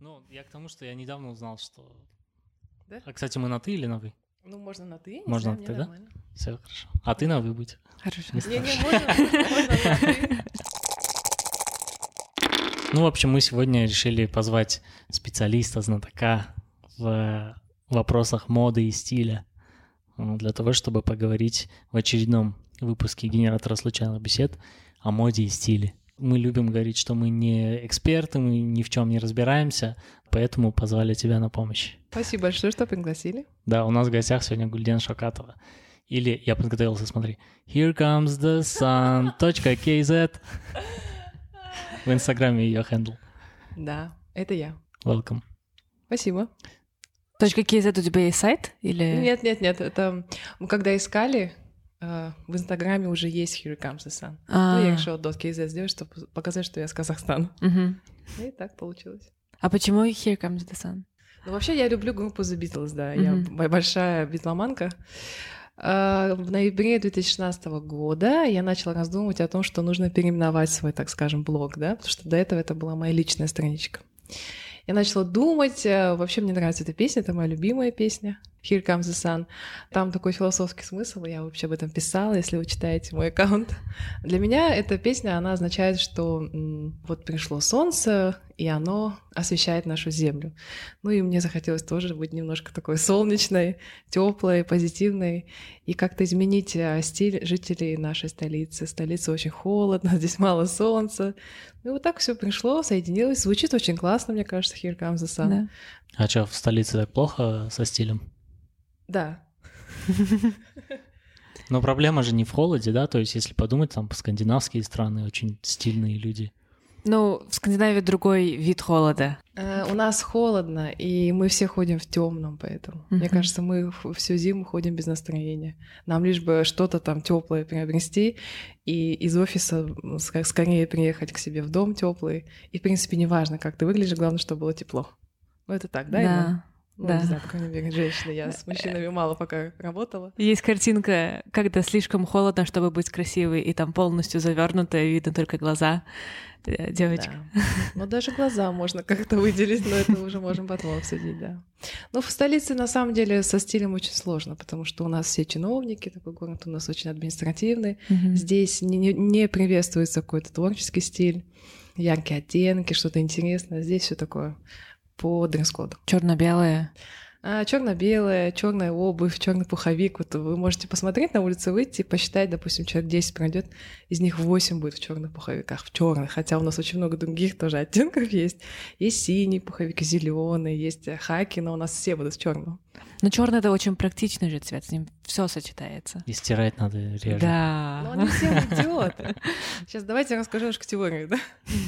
Ну, я к тому, что я недавно узнал, что... Да? А, кстати, мы на «ты» или на «вы»? Ну, можно на «ты», Можно не на знаю, «ты», мне да? нормально. Все хорошо. А ты на «вы» будь. Хорошо. Можно на «ты». Ну, в общем, мы сегодня решили позвать специалиста, знатока в вопросах моды и стиля для того, чтобы поговорить в очередном выпуске «Генератора случайных бесед» о моде и стиле. Мы любим говорить, что мы не эксперты, мы ни в чем не разбираемся, поэтому позвали тебя на помощь. Спасибо большое, что пригласили. Да, у нас в гостях сегодня Гульден Шокатова. Или я подготовился, смотри. Here comes the sun.kz. В Инстаграме ее хендл. Да, это я. Welcome. Спасибо. .kz у тебя есть сайт? Или... Нет, это мы когда искали, в Инстаграме уже есть Here Comes the Sun. Ну, я решила .kz сделать, чтобы показать, что я с Казахстана. И так получилось. А почему Here Comes the Sun? Ну, вообще, я люблю группу The Beatles, да. Я большая битломанка. В ноябре 2016 года я начала раздумывать о том, что нужно переименовать свой, так скажем, блог, да, потому что до этого это была моя личная страничка. Я начала думать, вообще мне нравится эта песня, это моя любимая песня, Here Comes the Sun. Там такой философский смысл, я вообще об этом писала, если вы читаете мой аккаунт. Для меня эта песня, она означает, что вот пришло солнце, и оно освещает нашу землю. Ну и мне захотелось тоже быть немножко такой солнечной, теплой, позитивной, и как-то изменить стиль жителей нашей столицы. Столица очень холодно, здесь мало солнца. Ну и вот так все пришло, соединилось. Звучит очень классно, мне кажется, Here Comes the Sun. Да. А что, в столице так плохо со стилем? Да. Но проблема же не в холоде, да? То есть если подумать, там скандинавские страны очень стильные люди. Ну, в Скандинавии другой вид холода. У нас холодно, и мы все ходим в темном, поэтому. Мне кажется, мы всю зиму ходим без настроения. Нам лишь бы что-то там теплое приобрести, и из офиса скорее приехать к себе в дом теплый. И, в принципе, неважно, как ты выглядишь, главное, чтобы было тепло. Ну, это так, да, Ирина? Ну, да. Не знаю, по крайней мере, женщина. Я с мужчинами мало пока работала. Есть картинка, когда слишком холодно, чтобы быть красивой, и там полностью завернутая, видно только глаза девочки. Да. Но даже глаза можно как-то выделить, но это уже можем потом обсудить, да. Но в столице, на самом деле, со стилем очень сложно, потому что у нас все чиновники, такой город у нас очень административный. Здесь не приветствуется какой-то творческий стиль, яркие оттенки, что-то интересное. Здесь все такое по дресс-коду. Черно-белое. Черно-белая, черная обувь, черный пуховик. Вот вы можете посмотреть на улицу, выйти и посчитать, допустим, человек 10 пройдет, из них 8 будет в черных пуховиках, в черных. Хотя у нас очень много других тоже оттенков есть. Есть синий пуховик, зеленый, есть хаки, но у нас все будут в черном. Но черный это очень практичный же цвет, с ним все сочетается. И стирать надо реже. Да. Но он не всем идет. Сейчас давайте я расскажу немножко теорию, да?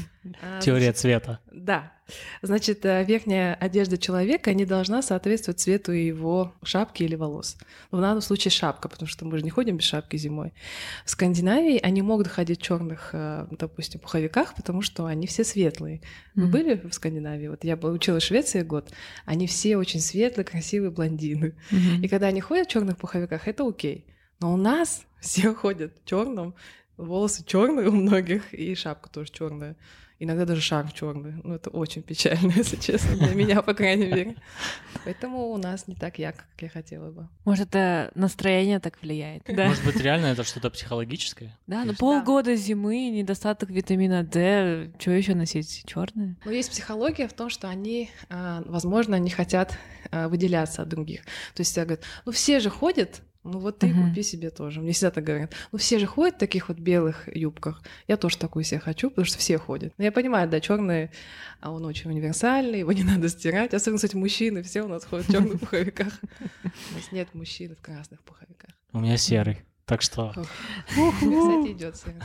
Теория цвета. Да. Значит, верхняя одежда человека не должна соответствовать цвету его шапки или волос. В данном случае шапка, потому что мы же не ходим без шапки зимой. В Скандинавии они могут ходить в черных, допустим, пуховиках, потому что они все светлые. Вы были в Скандинавии? Вот я училась в Швеции год. Они все очень светлые, красивые блондины. И когда они ходят в черных пуховиках, это окей. Но у нас все ходят в черном, волосы черные у многих, и шапка тоже черная. Иногда даже шарф черный. Ну, это очень печально, если честно, для меня, по крайней мере. Поэтому у нас не так ярко, как я хотела бы. Может, это настроение так влияет? Да. Может быть, реально это что-то психологическое? Да, но полгода зимы, недостаток витамина D, что еще носить? Черное? Но есть психология в том, что они, возможно, не хотят выделяться от других. То есть говорят, ну все же ходят, ну вот ты купи себе тоже. Мне всегда так говорят. Ну все же ходят в таких вот белых юбках. Я тоже такую себе хочу, потому что все ходят. Но я понимаю, да, черный, он очень универсальный, его не надо стирать. Особенно, кстати, мужчины, все у нас ходят в черных пуховиках. У нас нет мужчин в красных пуховиках. У меня серый. Так что... Мне, кстати, идет серый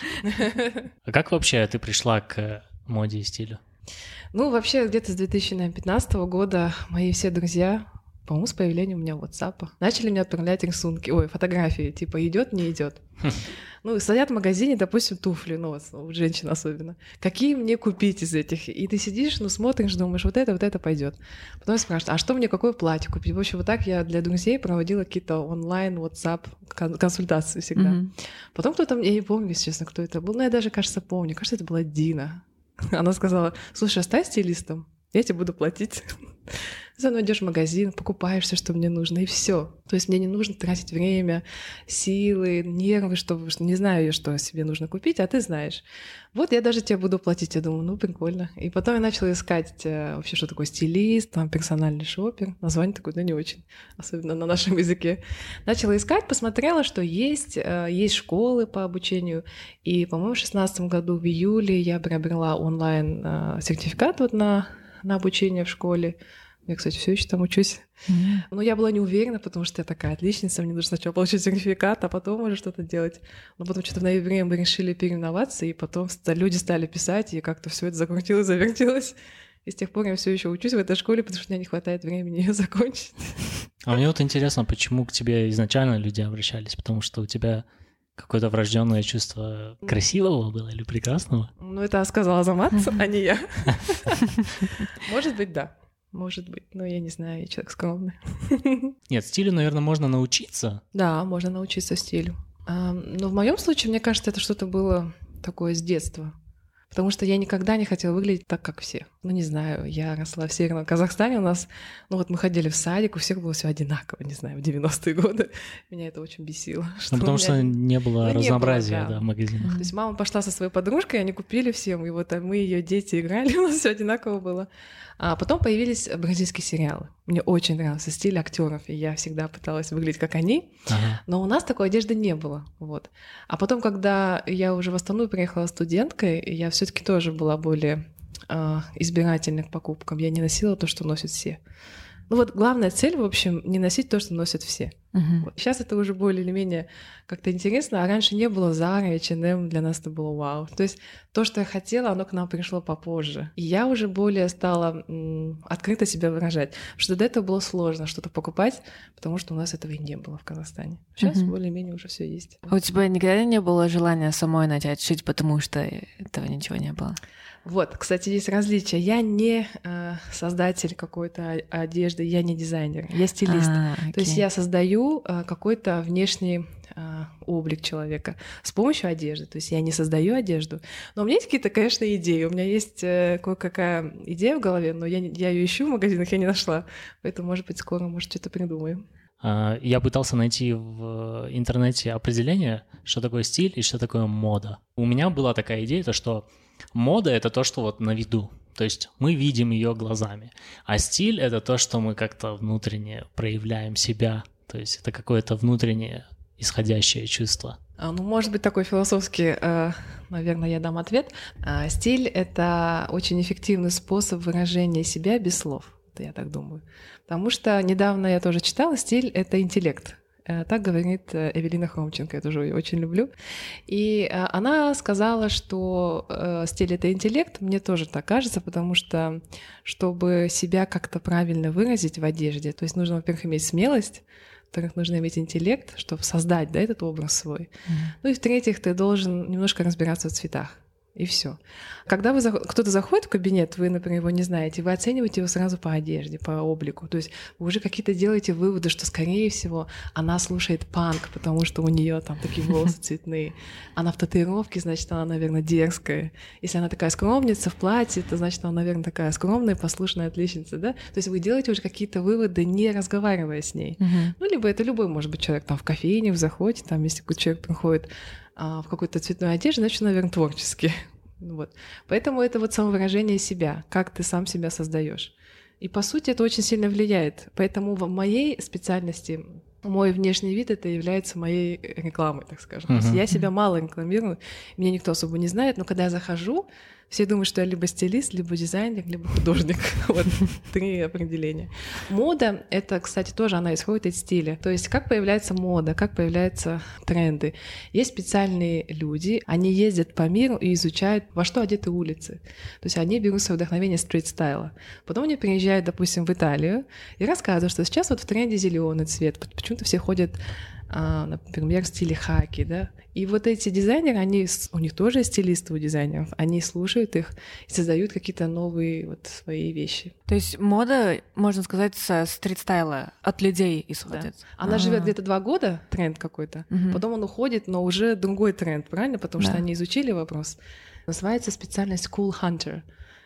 цвет. А как вообще ты пришла к моде и стилю? Ну, вообще, где-то с 2015 года мои все друзья, по-моему, с появлением у меня WhatsApp, начали мне отправлять рисунки, фотографии, типа идет, не идет. Ну, стоят в магазине, допустим, туфли, ну, у женщин особенно. Какие мне купить из этих? И ты сидишь, ну, смотришь, думаешь, вот это пойдет. Потом спрашивают, а что мне, какое платье купить? В общем, вот так я для друзей проводила какие-то онлайн, WhatsApp консультации всегда. Потом кто-то, я не помню, если честно, кто это был, но я даже, кажется, помню. Кажется, это была Дина. Она сказала, слушай, а стань стилистом. я тебе буду платить. Ты со мной идешь в магазин, покупаешь все, что мне нужно, и все. То есть мне не нужно тратить время, силы, нервы, чтобы не знаю я, что себе нужно купить, а ты знаешь. Вот я даже тебе буду платить. Я думаю, ну прикольно. И потом я начала искать вообще, что такое стилист, там персональный шопер. Название такое, да, не очень, особенно на нашем языке. Начала искать, посмотрела, что есть школы по обучению. И, по-моему, в 2016 году в июле я приобрела онлайн сертификат вот на обучение в школе. Я, кстати, все еще там учусь. Но я была не уверена, потому что я такая отличница, мне нужно сначала получить сертификат, а потом уже что-то делать. Но потом что-то в ноябре мы решили переименоваться, и потом люди стали писать, и как-то все это закрутилось, завертелось. И с тех пор я все еще учусь в этой школе, потому что у меня не хватает времени ее закончить. А мне вот интересно, почему к тебе изначально люди обращались? Потому что у тебя какое-то врожденное чувство красивого было или прекрасного? Ну, это сказала Азамат, а не я. Может быть, да. Может быть, но я не знаю, я человек скромный. Нет, стилю, наверное, можно научиться. Да, можно научиться стилю. Но в моем случае, мне кажется, это что-то было такое с детства. Потому что я никогда не хотела выглядеть так, как все. Ну, не знаю, я росла в Северном Казахстане, у нас, ну вот мы ходили в садик, у всех было все одинаково, не знаю, в 90-е годы. Меня это очень бесило. Ну, потому что не было разнообразия, да, в магазинах. То есть мама пошла со своей подружкой, они купили всем, и вот мы, ее дети, играли, у нас все одинаково было. А потом появились бразильские сериалы. Мне очень нравился стиль актеров, и я всегда пыталась выглядеть как они, но у нас такой одежды не было. Вот. А потом, когда я уже в Астану приехала студенткой, я все-таки тоже была более избирательна к покупкам. Я не носила то, что носят все. Ну вот главная цель, в общем, не носить то, что носят все. Вот. Сейчас это уже более или менее как-то интересно, а раньше не было Zara, H&M, для нас это было вау. То есть то, что я хотела, оно к нам пришло попозже. И я уже более стала открыто себя выражать. Потому что до этого было сложно что-то покупать, потому что у нас этого и не было в Казахстане. Сейчас более-менее уже все есть. А у тебя никогда не было желания самой начать шить, потому что этого ничего не было? Вот, кстати, есть различия. Я не создатель какой-то одежды, я не дизайнер, я стилист. То есть я создаю какой-то внешний облик человека с помощью одежды. То есть я не создаю одежду. Но у меня есть какие-то, конечно, идеи. У меня есть кое-какая идея в голове, но я ее ищу в магазинах, я не нашла. Поэтому, может быть, скоро, может, что-то придумаем. Я пытался найти в интернете определение, что такое стиль и что такое мода. У меня была такая идея, то что мода — это то, что вот на виду. То есть мы видим ее глазами. А стиль — это то, что мы как-то внутренне проявляем себя. То есть это какое-то внутреннее исходящее чувство. Ну, может быть, такой философский, наверное, я дам ответ. Стиль — это очень эффективный способ выражения себя без слов. Это я так думаю. Потому что недавно я тоже читала, стиль — это интеллект. Так говорит Эвелина Хромченко, я тоже ее очень люблю. И она сказала, что стиль — это интеллект. Мне тоже так кажется, потому что, чтобы себя как-то правильно выразить в одежде, то есть нужно, во-первых, иметь смелость, во-вторых, нужно иметь интеллект, чтобы создать, да, этот образ свой. Ну и в-третьих, ты должен немножко разбираться в цветах. И все. Когда кто-то заходит в кабинет, вы, например, его не знаете, вы оцениваете его сразу по одежде, по облику. То есть вы уже какие-то делаете выводы, что, скорее всего, она слушает панк, потому что у нее там такие волосы цветные. Она в татуировке, значит, она, наверное, дерзкая. Если она такая скромница в платье, то, значит, она, наверное, такая скромная, послушная отличница, да? То есть вы делаете уже какие-то выводы, не разговаривая с ней. Ну, либо это любой, может быть, человек там в кофейне, в заходе, там, если какой-то человек приходит в какой-то цветной одежде, значит, наверное, творческий. Вот. Поэтому это вот самовыражение себя, как ты сам себя создаешь. И, по сути, это очень сильно влияет. Поэтому в моей специальности мой внешний вид — это является моей рекламой, так скажем. То есть я себя мало рекламирую, меня никто особо не знает, но когда я захожу, все думают, что я либо стилист, либо дизайнер, либо художник. Вот 3 определения. Мода — это, кстати, тоже она исходит из стиля. То есть как появляется мода, как появляются тренды. Есть специальные люди, они ездят по миру и изучают, во что одеты улицы. То есть они берут свое вдохновение стрит-стайла. Потом они приезжают, допустим, в Италию и рассказывают, что сейчас вот в тренде зеленый цвет. Почему-то все ходят, например, в стиле хаки, да. И вот эти дизайнеры, у них тоже есть стилисты у дизайнеров, они слушают их и создают какие-то новые вот свои вещи. То есть мода, можно сказать, со стрит-стайла от людей исходит. Да. Она живет где-то 2 года, тренд какой-то, потом он уходит, но уже другой тренд, правильно? Потому что они изучили вопрос. Называется специальность Cool Hunter.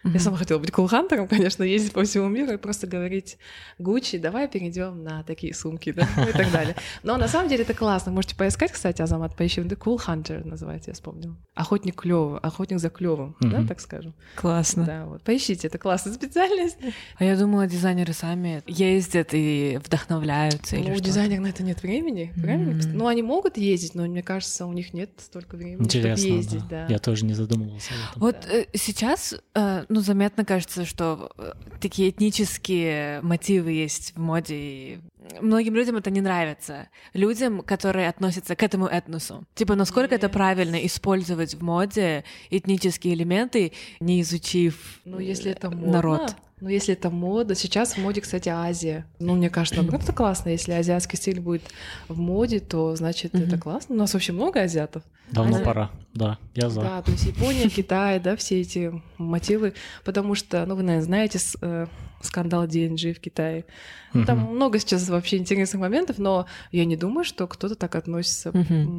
Я сама хотела быть кул-хантером, конечно, ездить по всему миру и просто говорить Гуччи, давай перейдем на такие сумки, да, ну и так далее. Но на самом деле это классно. Можете поискать, кстати, Азамат, поищи. The Cool Hunter называется, я вспомнила. Охотник клёвый, охотник за клёвым, да, так скажем. Классно. Да, вот. Поищите, это классная специальность. А я думала, дизайнеры сами ездят и вдохновляются или у что-то. дизайнеров на это нет времени, правильно? Ну, они могут ездить, но мне кажется, у них нет столько времени, Интересно, чтобы ездить, да. Я тоже не задумывался об этом. Вот сейчас, заметно кажется, что такие этнические мотивы есть в моде, и многим людям это не нравится. Людям, которые относятся к этому этносу. Типа, насколько это правильно использовать в моде этнические элементы, не изучив если это модно, народ. Ну, если это мода. Сейчас в моде, кстати, Азия. Ну, мне кажется, наоборот, это классно. Если азиатский стиль будет в моде, то, значит, это классно. У нас вообще много азиатов. Давно пора, да, я за. Да, то есть Япония, Китай, да, все эти мотивы. Потому что, ну, вы, наверное, знаете скандал DNG в Китае. Там много сейчас вообще интересных моментов, но я не думаю, что кто-то так относится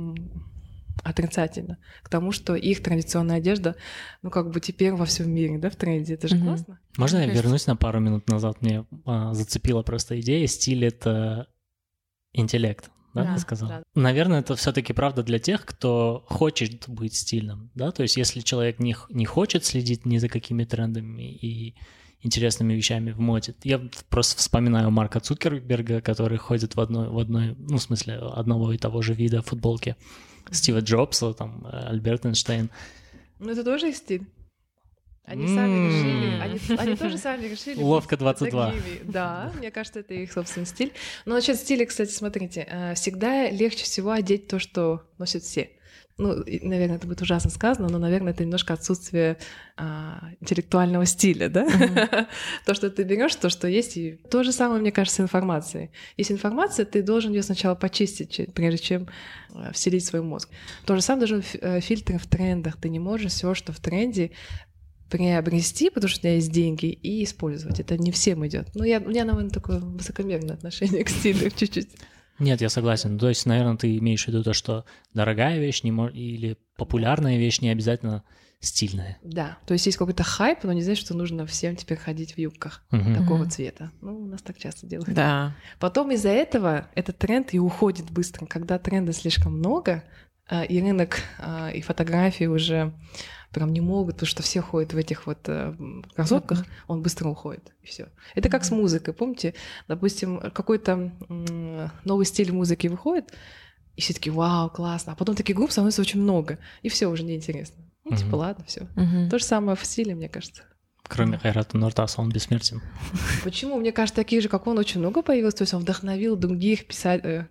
отрицательно к тому, что их традиционная одежда, ну, как бы теперь во всем мире, да, в тренде. Это же классно. Можно я вернусь на пару минут назад? Мне зацепила просто идея. Стиль — это интеллект, да, я сказал? Да. Наверное, это все-таки правда для тех, кто хочет быть стильным, да? То есть если человек не хочет следить ни за какими трендами и интересными вещами в моде. Я просто вспоминаю Марка Цукерберга, который ходит в одной, ну, в смысле, одного и того же вида футболки. Стива Джобса, там, Альберт Эйнштейн. Ну, это тоже их стиль. Они сами решили, они тоже сами решили. Уловка 22. Такими. Да, мне кажется, это их собственный стиль. Но насчет стиля, кстати, смотрите, всегда легче всего одеть то, что носят все. Ну, наверное, это будет ужасно сказано, но, наверное, это немножко отсутствие интеллектуального стиля, да? То, что ты берешь, то, что есть. И то же самое, мне кажется, с информацией. Есть информация, ты должен ее сначала почистить, прежде чем вселить в свой мозг. То же самое должен фильтры в трендах. Ты не можешь все, что в тренде, приобрести, потому что у тебя есть деньги, и использовать. Это не всем идет. Ну, у меня, наверное, такое высокомерное отношение к стилю чуть-чуть. Нет, я согласен. То есть, наверное, ты имеешь в виду то, что дорогая вещь или популярная вещь не обязательно стильная. Да, то есть есть какой-то хайп, но не значит, что нужно всем теперь ходить в юбках такого цвета. Ну, у нас так часто делают. Да. Потом из-за этого этот тренд и уходит быстро. Когда тренда слишком много, и рынок, и фотографии уже прям не могут, потому что все ходят в этих вот кроссовках, он быстро уходит, и все. Это как с музыкой, помните? Допустим, какой-то новый стиль музыки выходит, и все таки вау, классно, а потом таких групп становится очень много, и все уже неинтересно. Ну, типа, ладно, все. То же самое в стиле, мне кажется. Кроме Хайрата Нуртаса, он бессмертен. Почему? Мне кажется, таких же, как он, очень много появилось. То есть он вдохновил других писателей,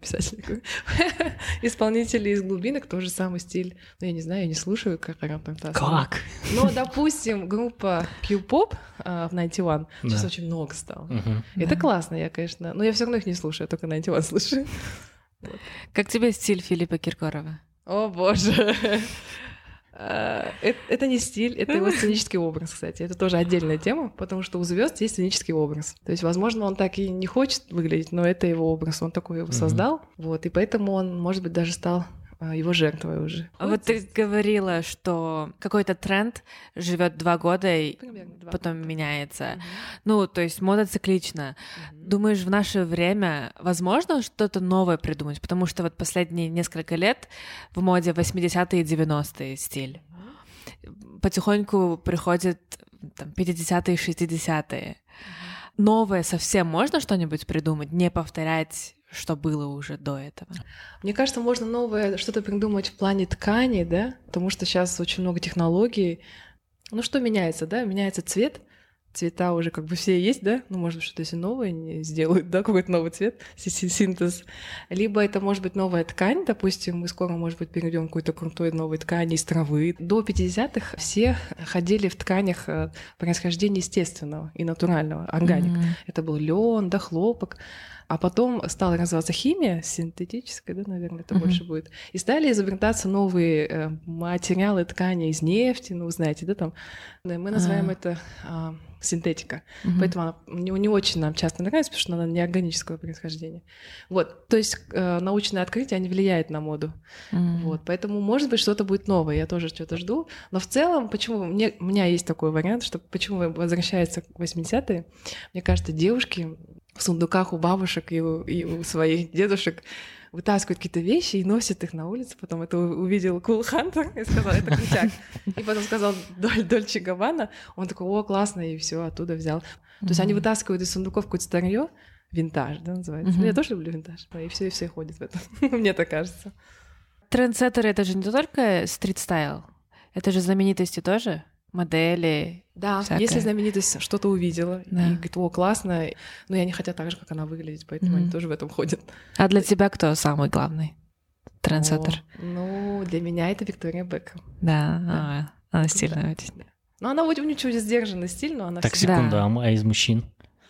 исполнителей из глубинок, тот же самый стиль. Ну, я не знаю, я не слушаю Хайрата Нуртаса. Как? Но, допустим, группа Q-Pop в 91 сейчас очень много стало. Это классно, я, конечно... Но я все равно их не слушаю, я только 91 слушаю. Как тебе стиль Филиппа Киркорова? О, боже! Это не стиль, это его сценический образ, кстати. Это тоже отдельная тема, потому что у звезд есть сценический образ. То есть, возможно, он так и не хочет выглядеть, но это его образ, он такой его создал. Вот, и поэтому он, может быть, даже стал его жертвой уже. А вот ты говорила, что какой-то тренд живет 2 года и потом меняется. Ну, то есть мода циклична. Думаешь, в наше время возможно что-то новое придумать? Потому что вот последние несколько лет в моде 80-е и 90-е стиль. Потихоньку приходят там, 50-е и 60-е. Новое совсем можно что-нибудь придумать, не повторять, что было уже до этого? Мне кажется, можно новое что-то придумать в плане ткани, да, потому что сейчас очень много технологий. Ну, что меняется, да? Меняется цвет. Цвета уже как бы все есть, да? Ну, может быть, что-то если новое не сделают, да, какой-то новый цвет, синтез. Либо это может быть новая ткань, допустим, мы скоро, может быть, перейдем к какой-то крутой новой ткани из травы. До 50-х все ходили в тканях происхождения естественного и натурального, органик. Это был лен, да, хлопок. А потом стала развиваться химия, синтетическая, да, наверное, это больше будет. И стали изобретаться новые материалы ткани из нефти, ну, вы знаете, да, там. Мы называем это синтетика. Поэтому она не очень нам часто нравится, потому что она неорганического происхождения. Вот, то есть научные открытия, они влияют на моду. Вот, поэтому, может быть, что-то будет новое, я тоже что-то жду. Но в целом, почему у меня есть такой вариант, что почему возвращается к 80-е, мне кажется, девушки в сундуках у бабушек и у своих дедушек вытаскивают какие-то вещи и носят их на улице. Потом это увидел Cool Hunter и сказал, это крутяк. И потом сказал Дольче Габбана. Он такой, о, классно, и все оттуда взял. То есть они вытаскивают из сундуков какое-то старье, винтаж, да, называется. Я тоже люблю винтаж, и все ходят в этом. Мне так кажется. Трендсеттеры — это же не только стрит-стайл, это же знаменитости тоже, модели. Да, всякое. Если знаменитость что-то увидела и говорит, о, классно, но я не хотят так же, как она выглядит, поэтому они тоже в этом ходят. А для тебя кто самый главный трендсеттер? Ну, для меня это Виктория Бекхэм. Да, она стильная. Ну, она у нее чуть сдержанный стиль, но она Так, всегда... секунду, а из мужчин?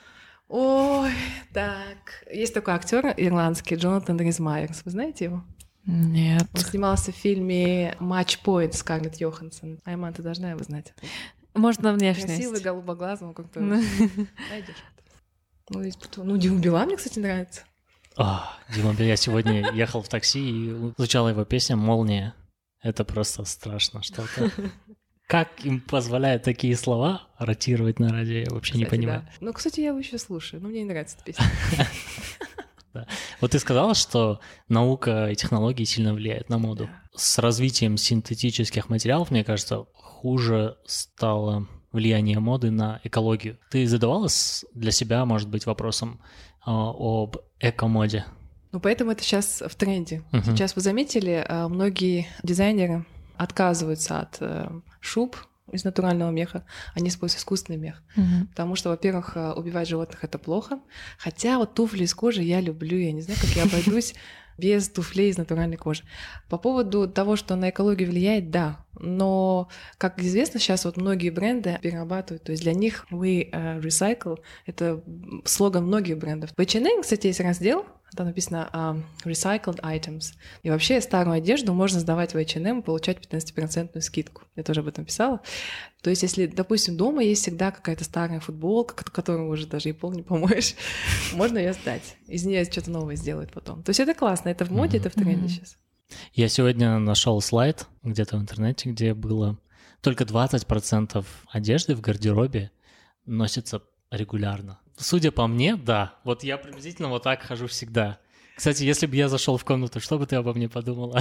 Ой, так. Есть такой актер ирландский Джонатан Рис Майерс. Вы знаете его? Нет. Он снимался в фильме «Матч Пойнт» Скарлетт Йоханссон. Айман, ты должна его знать. Можно внешность. Красивый, голубоглазый, он как-то... Найдешь. Ну, Дима Билан мне, кстати, нравится. Дима Билан, я сегодня ехал в такси и звучала его песня «Молния». Это просто страшно что-то. Как им позволяют такие слова ротировать на радио, я вообще не понимаю. Да. Ну, кстати, я его еще слушаю, но мне не нравится эта песня. Да. Вот ты сказала, что наука и технологии сильно влияют на моду. С развитием синтетических материалов, мне кажется, хуже стало влияние моды на экологию. Ты задавалась для себя, может быть, вопросом об эко-моде? Ну, поэтому это сейчас в тренде. Сейчас вы заметили, многие дизайнеры отказываются от шуб из натурального меха, они используют искусственный мех. Потому что, во-первых, убивать животных — это плохо. Хотя вот туфли из кожи я люблю, я не знаю, как я обойдусь без туфлей из натуральной кожи. По поводу того, что на экологию влияет, да. Но, как известно, сейчас вот многие бренды перерабатывают. То есть для них we recycle — это слоган многих брендов. В H&M, кстати, есть раздел, там написано recycled items. И вообще старую одежду можно сдавать в H&M и получать 15% скидку. Я тоже об этом писала. То есть если, допустим, дома есть всегда какая-то старая футболка, которую уже даже и пол не помоешь, можно ее сдать. Из нее что-то новое сделают потом. То есть это классно, это в моде, это в тренде сейчас. Я сегодня нашел слайд где-то в интернете, где было только 20% одежды в гардеробе носится регулярно. Судя по мне, да. Вот я приблизительно вот так хожу всегда. Кстати, если бы я зашел в комнату, что бы ты обо мне подумала?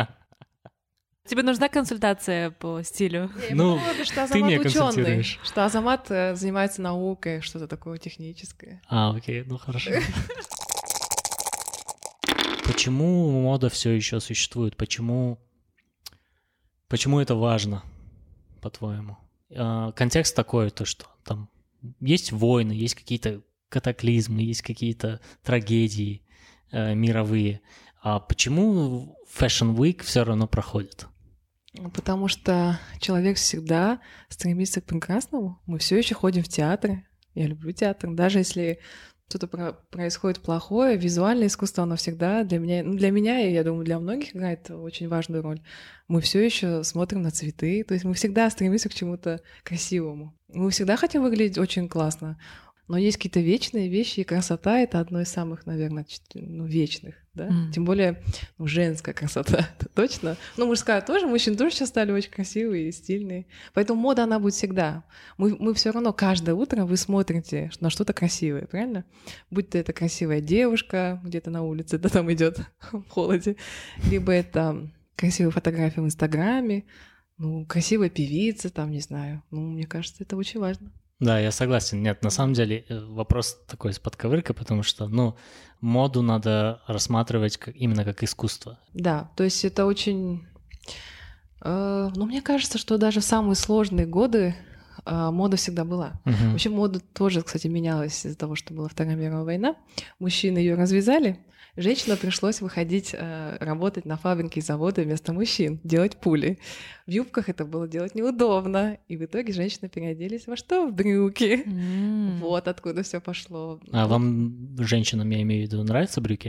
Тебе нужна консультация по стилю? Ну, ты меня консультируешь. Что Азамат занимается наукой, что-то такое техническое. Окей, ну хорошо. Почему мода все еще существует? Почему это важно, по-твоему? Контекст такой, то что там есть войны, есть какие-то катаклизмы, есть какие-то трагедии мировые. А почему Fashion Week все равно проходит? Потому что человек всегда стремится к прекрасному. Мы все еще ходим в театры. Я люблю театр. Даже если что-то происходит плохое, визуальное искусство, оно всегда для меня, и я думаю, для многих играет очень важную роль. Мы все еще смотрим на цветы, то есть мы всегда стремимся к чему-то красивому. Мы всегда хотим выглядеть очень классно, но есть какие-то вечные вещи, и красота — это одно из самых, наверное, вечных, да? Тем более женская красота, это точно. Ну, мужская тоже, мужчины тоже сейчас стали очень красивые и стильные. Поэтому мода, она будет всегда. Мы все равно каждое утро вы смотрите на что-то красивое, правильно? Будь то это красивая девушка где-то на улице, да, там идет в холоде, либо это красивые фотографии в Инстаграме, красивая певица, там, не знаю. Мне кажется, это очень важно. Да, я согласен. Нет, на самом деле вопрос такой с подковыркой, потому что, моду надо рассматривать именно как искусство. Да, то есть это очень... мне кажется, что даже в самые сложные годы мода всегда была. Вообще мода тоже, кстати, менялась из-за того, что была Вторая мировая война. Мужчины ее развязали, женщинам пришлось выходить работать на фабрики и заводы вместо мужчин, делать пули. В юбках это было делать неудобно, и в итоге женщины переоделись во что? В брюки. Вот откуда все пошло. А вам, женщинам, я имею в виду, нравятся брюки?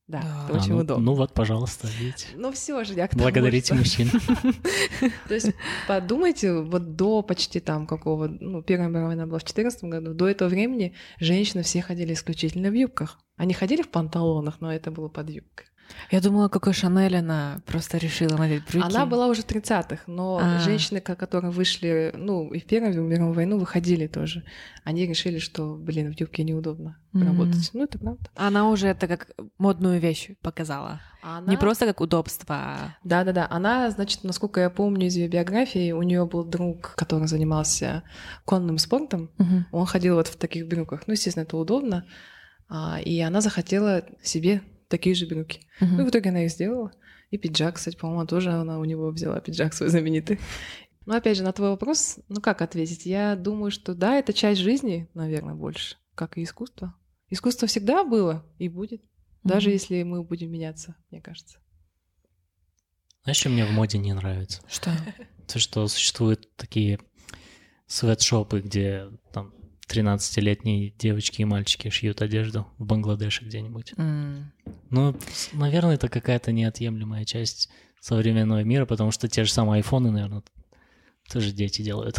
Да, это очень удобно. Ну вот, пожалуйста, видите. Ну все же, я к тому, благодарите мужчин. То есть подумайте, вот до почти там какого, Первая мировая война была в 2014 году, до этого времени женщины все ходили исключительно в юбках. Они ходили в панталонах, но это было под юбкой. Я думала, какой Шанель она просто решила надеть брюки. Она была уже в 30-х, но женщины, которые вышли, и в Первую мировую войну выходили тоже, они решили, что, в юбке неудобно работать. Это правда. Она уже это как модную вещь показала. Не просто как удобство. Да. Она, значит, насколько я помню из ее биографии, у нее был друг, который занимался конным спортом. Он ходил вот в таких брюках. Естественно, это удобно. И она захотела себе такие же брюки. И в итоге она их сделала. И пиджак, кстати, по-моему, тоже она у него взяла пиджак свой знаменитый. Опять же, на твой вопрос, как ответить? Я думаю, что да, это часть жизни, наверное, больше, как и искусство. Искусство всегда было и будет, даже если мы будем меняться, мне кажется. Знаешь, что мне в моде не нравится? Что? То, что существуют такие свэтшопы, где там 13-летние девочки и мальчики шьют одежду в Бангладеше где-нибудь. Наверное, это какая-то неотъемлемая часть современного мира, потому что те же самые айфоны, наверное, тоже дети делают.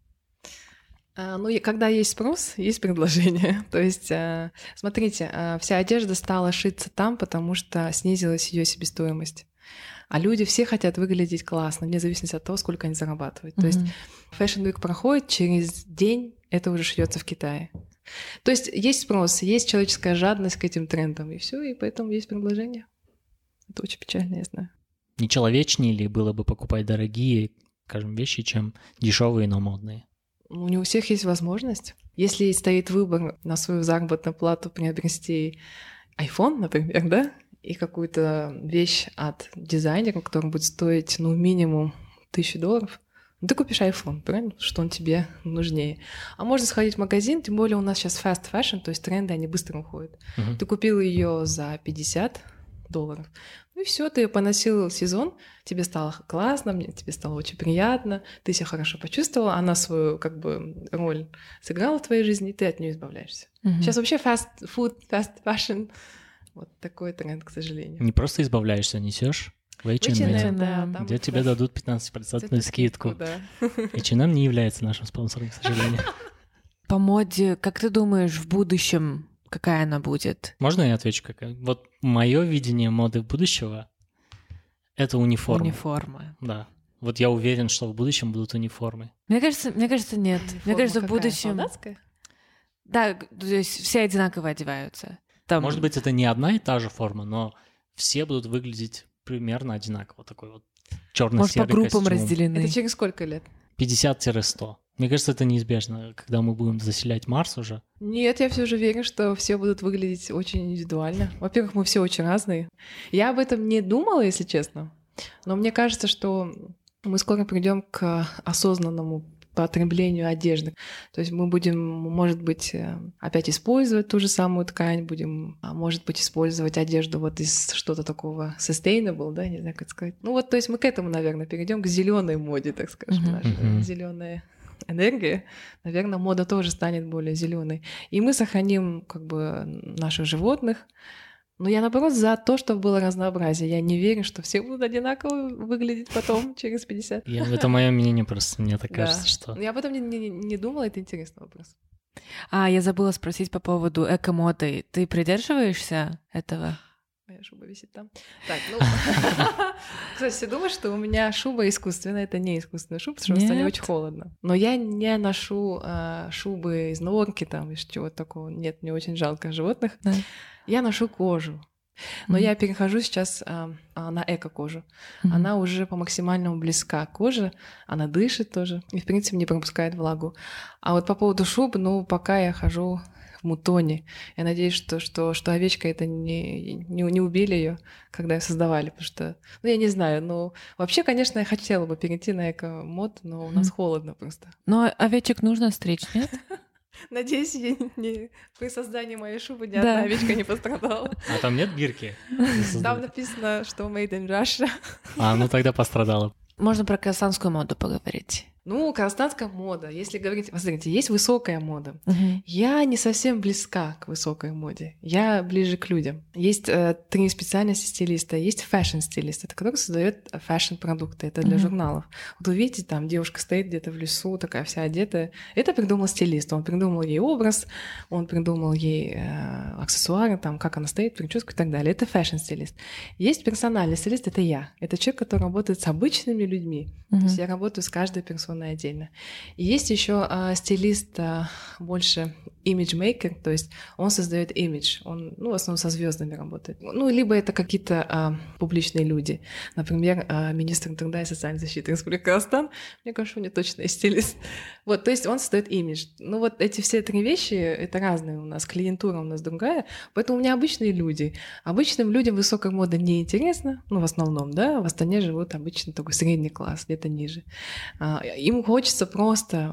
Когда есть спрос, есть предложение. То есть, смотрите, вся одежда стала шиться там, потому что снизилась ее себестоимость. А люди все хотят выглядеть классно, вне зависимости от того, сколько они зарабатывают. То есть Fashion Week проходит, через день это уже шьется в Китае. То есть спрос, есть человеческая жадность к этим трендам, и все, и поэтому есть предложение. Это очень печально, я знаю. Не человечнее ли было бы покупать дорогие, скажем, вещи, чем дешевые, но модные? Не у всех есть возможность. Если стоит выбор на свою заработную плату приобрести iPhone, например, да, и какую-то вещь от дизайнера, которая будет стоить, минимум $1000, ты купишь iPhone, правильно? Что он тебе нужнее. А можно сходить в магазин, тем более у нас сейчас fast fashion, то есть тренды, они быстро уходят. Ты купил ее за $50, и все, ты ее поносил сезон, тебе стало классно, тебе стало очень приятно, ты себя хорошо почувствовала, она свою роль сыграла в твоей жизни, и ты от нее избавляешься. Сейчас вообще fast food, fast fashion, вот такой тренд, к сожалению. Не просто избавляешься, несешь в H&M, где тебе дадут 15% скидку. Да. H&M не является нашим спонсором, к сожалению. По моде, как ты думаешь, в будущем какая она будет? Можно я отвечу? Вот мое видение моды будущего — это униформы. Униформы. Да. Вот я уверен, что в будущем будут униформы. Мне кажется, нет. Мне кажется, в будущем... Солдатская? Да, то есть все одинаково одеваются. Может быть, это не одна и та же форма, но все будут выглядеть примерно одинаково. Такой вот черно-серый костюм. Может, по группам разделены. Это через сколько лет? 50-100. Мне кажется, это неизбежно, когда мы будем заселять Марс уже. Нет, я все же верю, что все будут выглядеть очень индивидуально. Во-первых, мы все очень разные. Я об этом не думала, если честно, но мне кажется, что мы скоро придем к осознанному потреблению одежды. То есть мы будем, может быть, опять использовать ту же самую ткань, будем, может быть, использовать одежду вот из что-то такого sustainable, да, не знаю, как сказать. То есть мы к этому, наверное, перейдем, к зеленой моде, так скажем, наша зеленая энергия. Наверное, мода тоже станет более зеленой. И мы сохраним наших животных. Но я, наоборот, за то, чтобы было разнообразие. Я не верю, что все будут одинаково выглядеть потом, через 50. Это мое мнение просто, мне так кажется, что... Я об этом не думала, это интересный вопрос. Я забыла спросить по поводу эко-моды. Ты придерживаешься этого? Моя шуба висит там. Так, кстати, все думают, что у меня шуба искусственная. Это не искусственная шуба, потому что мне очень холодно. Но я не ношу шубы из норки, из чего-то такого. Нет, мне очень жалко животных. Я ношу кожу. Но я перехожу сейчас на эко-кожу. Она уже по максимальному близка к коже, она дышит тоже и, в принципе, не пропускает влагу. А вот по поводу шуб, пока я хожу в мутоне. Я надеюсь, что овечка это не убили ее, когда ее создавали, потому что, я не знаю, но вообще, конечно, я хотела бы перейти на эко-мод, но у нас холодно просто. Но овечек нужно стричь, нет? Надеюсь, при создании моей шубы ни одна овечка не пострадала. А там нет бирки? Там написано, что made in Russia. Тогда пострадала. Можно про казахстанскую моду поговорить. Ну, казахстанская мода. Если говорить... Смотрите, есть высокая мода. Я не совсем близка к высокой моде. Я ближе к людям. Есть 3 специальности стилиста. Есть фэшн-стилист, это который создает фэшн-продукты. Это для журналов. Вот вы видите, там девушка стоит где-то в лесу, такая вся одетая. Это придумал стилист. Он придумал ей образ, он придумал ей аксессуары, там, как она стоит, прическу и так далее. Это фэшн-стилист. Есть персональный стилист, это я. Это человек, который работает с обычными людьми. То есть я работаю с каждой персоной отдельно. И есть еще стилист больше имиджмейкер, то есть он создает имидж, он, ну, в основном со звездами работает. Ну, либо это какие-то публичные люди. Например, министр труда и социальной защиты Республики Казахстан, мне кажется, у него точно есть стилист. Вот, то есть он создает имидж. Ну, вот эти все 3 вещи, это разные у нас, клиентура у нас другая, поэтому у меня обычные люди. Обычным людям высокая мода не интересна, ну, в основном, да, в Астане живут обычно такой средний класс, где-то ниже. Им хочется просто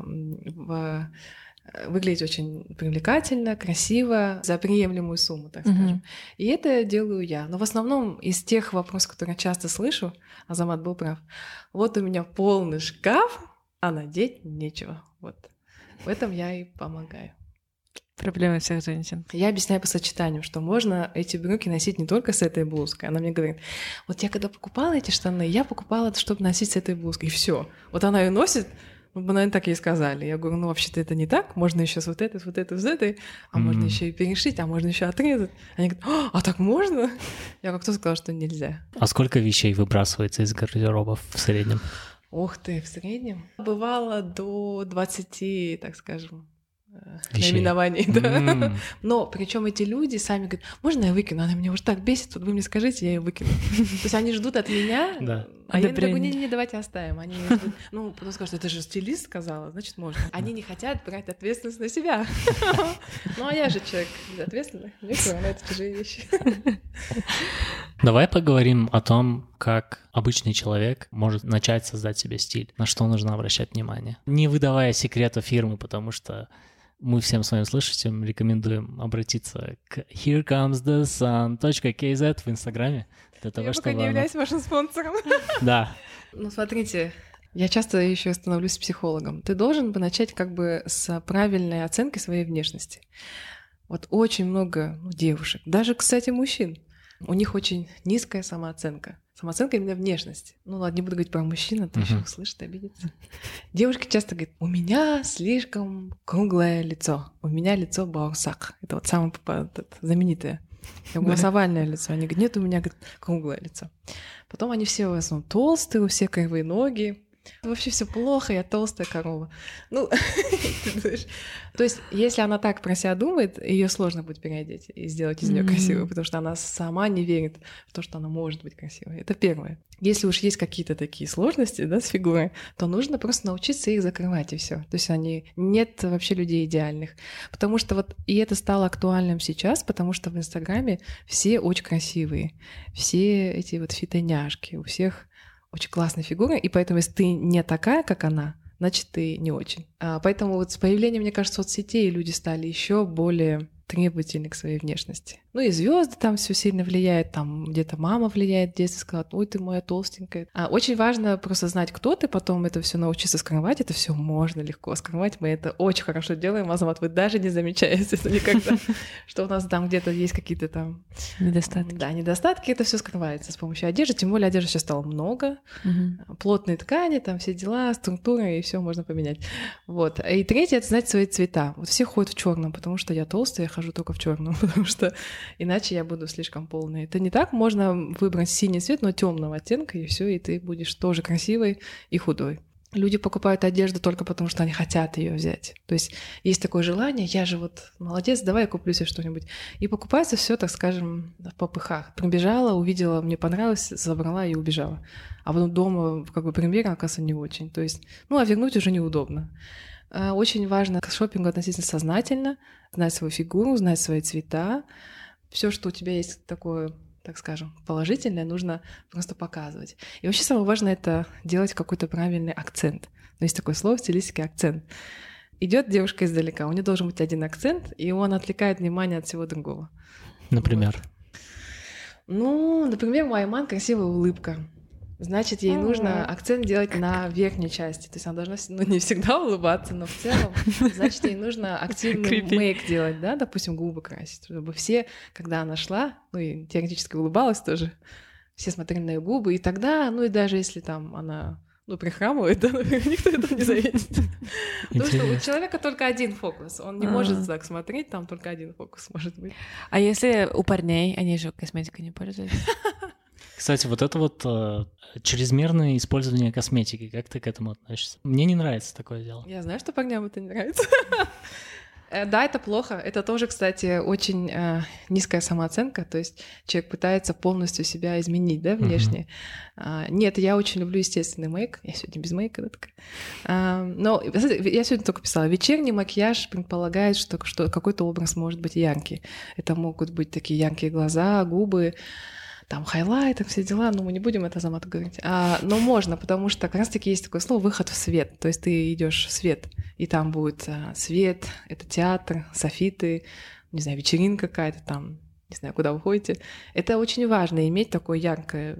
выглядеть очень привлекательно, красиво, за приемлемую сумму, так скажем. И это делаю я. Но в основном из тех вопросов, которые я часто слышу, Азамат был прав, вот у меня полный шкаф, а надеть нечего. Вот. В этом я и помогаю. Проблема всех женщин. Я объясняю по сочетаниям, что можно эти брюки носить не только с этой блузкой. Она мне говорит, вот я когда покупала эти штаны, я покупала это, чтобы носить с этой блузкой. И все. Вот она ее носит, вот, наверное, так ей сказали. Я говорю, ну вообще-то это не так. Можно еще с вот этой, а можно еще и перешить, а можно еще отрезать. Они говорят, а так можно? Я говорю, кто сказал, что нельзя? А сколько вещей выбрасывается из гардероба в среднем? Ух ты, в среднем? Бывало до 20, так скажем, вещей. Наименований, да. Но причем эти люди сами говорят, можно я выкину? Она меня уже так бесит, вот вы мне скажите, я ее выкину. То есть они ждут от меня, а я говорю, не, давайте оставим. Они ждут, ну, потом скажут, это же стилист сказала, значит, можно. Они не хотят брать ответственность на себя. Ну, а я же человек ответственный, мне все равно это чужие вещи. Давай поговорим о том, как обычный человек может начать создать себе стиль, на что нужно обращать внимание. Не выдавая секретов фирмы, потому что мы всем своим слушателям рекомендуем обратиться к herecomestothesun.kz в Инстаграме. Для того, я чтобы пока не являюсь вашим спонсором. Да. Ну, смотрите, я часто еще становлюсь психологом. Ты должен бы начать как бы с правильной оценки своей внешности. Вот очень много девушек, даже, кстати, мужчин, у них очень низкая самооценка. Самооценка именно внешности. Ну ладно, не буду говорить про мужчин, а то еще услышит, обидится. Девушки часто говорят, у меня слишком круглое лицо, у меня лицо баурсак. Это вот самое знаменитое. Я говорю, овальное лицо. Они говорят, нет, у меня круглое лицо. Потом они все в основном толстые, у всех кривые ноги. Вообще все плохо, я толстая корова. Ну, то есть, если она так про себя думает, ее сложно будет переодеть и сделать из нее красивую, потому что она сама не верит в то, что она может быть красивой. Это первое. Если уж есть какие-то такие сложности, да, с фигурой, то нужно просто научиться их закрывать, и все. То есть нет вообще людей идеальных. Потому что вот и это стало актуальным сейчас, потому что в Инстаграме все очень красивые. Все эти вот фитоняшки, у всех очень классная фигура, и поэтому, если ты не такая, как она, значит, ты не очень. Поэтому вот с появлением, мне кажется, соцсетей люди стали еще более требовательны к своей внешности. Ну и звезды там все сильно влияют, там где-то мама влияет в детстве, сказала, ой, ты моя толстенькая. Очень важно просто знать, кто ты, потом это все научиться скрывать, это все можно легко скрывать, мы это очень хорошо делаем, Азамат, вы даже не замечаете это никогда, что у нас там где-то есть какие-то там недостатки. Да, недостатки, это все скрывается с помощью одежды, тем более одежды сейчас стало много, плотные ткани, там все дела, структуры, и все можно поменять. Вот. И третье — это знать свои цвета. Вот все ходят в черном, потому что я толстая, я хожу только в черном, потому что иначе я буду слишком полной. Это не так, можно выбрать синий цвет, но темного оттенка, и все, и ты будешь тоже красивой и худой. Люди покупают одежду только потому, что они хотят ее взять. То есть есть такое желание, я же вот молодец, давай я куплю себе что-нибудь. И покупается все, так скажем, в попыхах. Прибежала, увидела, мне понравилось, забрала и убежала. А потом дома как бы пример, оказывается, не очень. То есть, а вернуть уже неудобно. Очень важно к шопингу относиться сознательно, знать свою фигуру, знать свои цвета. Все, что у тебя есть такое, так скажем, положительное, нужно просто показывать. И вообще самое важное — это делать какой-то правильный акцент. Есть такое слово — стилистический акцент. Идет девушка издалека, у нее должен быть один акцент, и он отвлекает внимание от всего другого. Например? Вот. Например, у Айман красивая улыбка. значит, ей нужно акцент делать на верхней части. То есть она должна, не всегда улыбаться, но в целом, значит, ей нужно активный мейк делать, да, допустим, губы красить, чтобы все, когда она шла, и теоретически улыбалась тоже, все смотрели на ее губы, и тогда, и даже если там она, прихрамывает, да, например, никто этого не заметит. Потому что у человека только один фокус, он не может так смотреть, там только один фокус может быть. А если у парней, они же косметикой не пользуются? Кстати, вот это чрезмерное использование косметики, как ты к этому относишься? Мне не нравится такое дело. Я знаю, что парням это не нравится. Да, это плохо. Это тоже, кстати, очень низкая самооценка. То есть человек пытается полностью себя изменить, да, внешне. Нет, я очень люблю естественный мейк. Я сегодня без мейка, да, такая. Но я сегодня только писала. Вечерний макияж предполагает, что какой-то образ может быть яркий. Это могут быть такие яркие глаза, губы, там хайлайт, все дела, но мы не будем это Азамату говорить. Но можно, потому что как раз-таки есть такое слово «выход в свет». То есть ты идешь в свет, и там будет свет, это театр, софиты, не знаю, вечеринка какая-то там, не знаю, куда вы ходите. Это очень важно, иметь такую яркую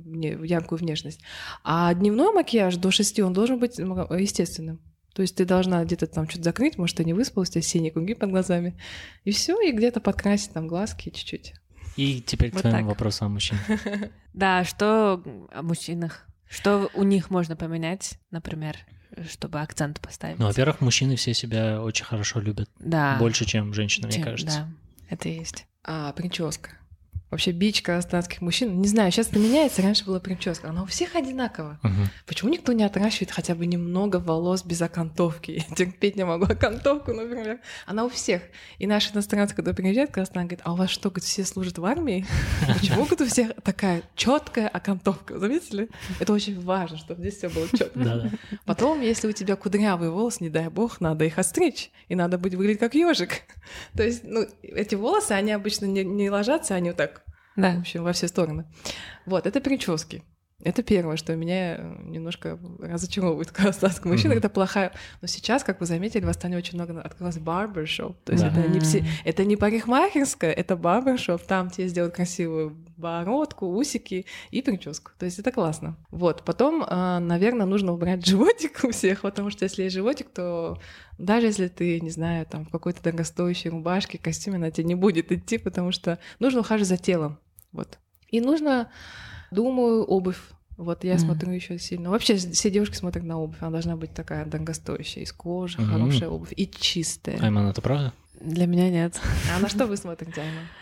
внешность. А дневной макияж до 6, он должен быть естественным. То есть ты должна где-то там что-то закрыть, может, ты не выспалась, у тебя синие круги под глазами, и все, и где-то подкрасить там глазки чуть-чуть. И теперь к твоему вопросу о мужчинах. Да, что о мужчинах? Что у них можно поменять, например, чтобы акцент поставить? Во-первых, мужчины все себя очень хорошо любят. Да. Больше, чем женщины, мне кажется. Да, это есть. Прическа. Вообще бич казахстанских мужчин, не знаю, сейчас это меняется, раньше была прическа, она у всех одинакова. Почему никто не отращивает хотя бы немного волос без окантовки? Я терпеть не могу окантовку, например. Она у всех. И наши иностранцы, когда приезжают в Казахстан, говорят, а у вас что, все служат в армии? Почему у всех такая четкая окантовка? Заметили? Это очень важно, чтобы здесь все было четко. Потом, если у тебя кудрявый волос, не дай бог, надо их остричь, и надо будет выглядеть как ежик. То есть, эти волосы, они обычно не ложатся, они вот так. Да. В общем, во все стороны. Вот, это прически. Это первое, что меня немножко разочаровывает в казахстанском мужчине, это плохая. Но сейчас, как вы заметили, в Астане очень много открылось барбершоп. То есть это не парикмахерская, это барбершоп. Там тебе сделают красивую бородку, усики и прическу. То есть это классно. Вот. Потом, наверное, нужно убрать животик у всех, потому что если есть животик, то даже если ты, не знаю, там в какой-то дорогостоящей рубашке, костюме, она тебе не будет идти, потому что нужно ухаживать за телом. Вот. И нужно, думаю, обувь. Вот я смотрю еще сильно. Вообще все девушки смотрят на обувь. Она должна быть такая дорогостоящая, из кожи, хорошая обувь и чистая. Айман, это правда? Для меня нет. А на что вы смотрите,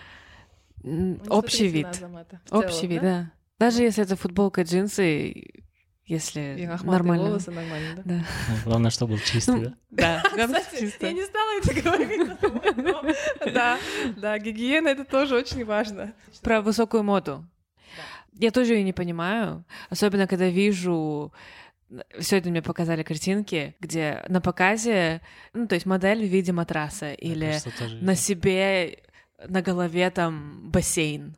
Айман? Общий вид. Общий вид, да. Даже если это футболка, джинсы, если и нормально. волосы нормально, да? Главное, чтобы был чистый, да? Да, кстати, я не стала это говорить. Да, гигиена — это тоже очень важно. Про высокую моду. Я тоже ее не понимаю, особенно когда вижу... Сегодня мне показали картинки, где на показе, то есть модель в виде матраса или на себе, на голове там бассейн.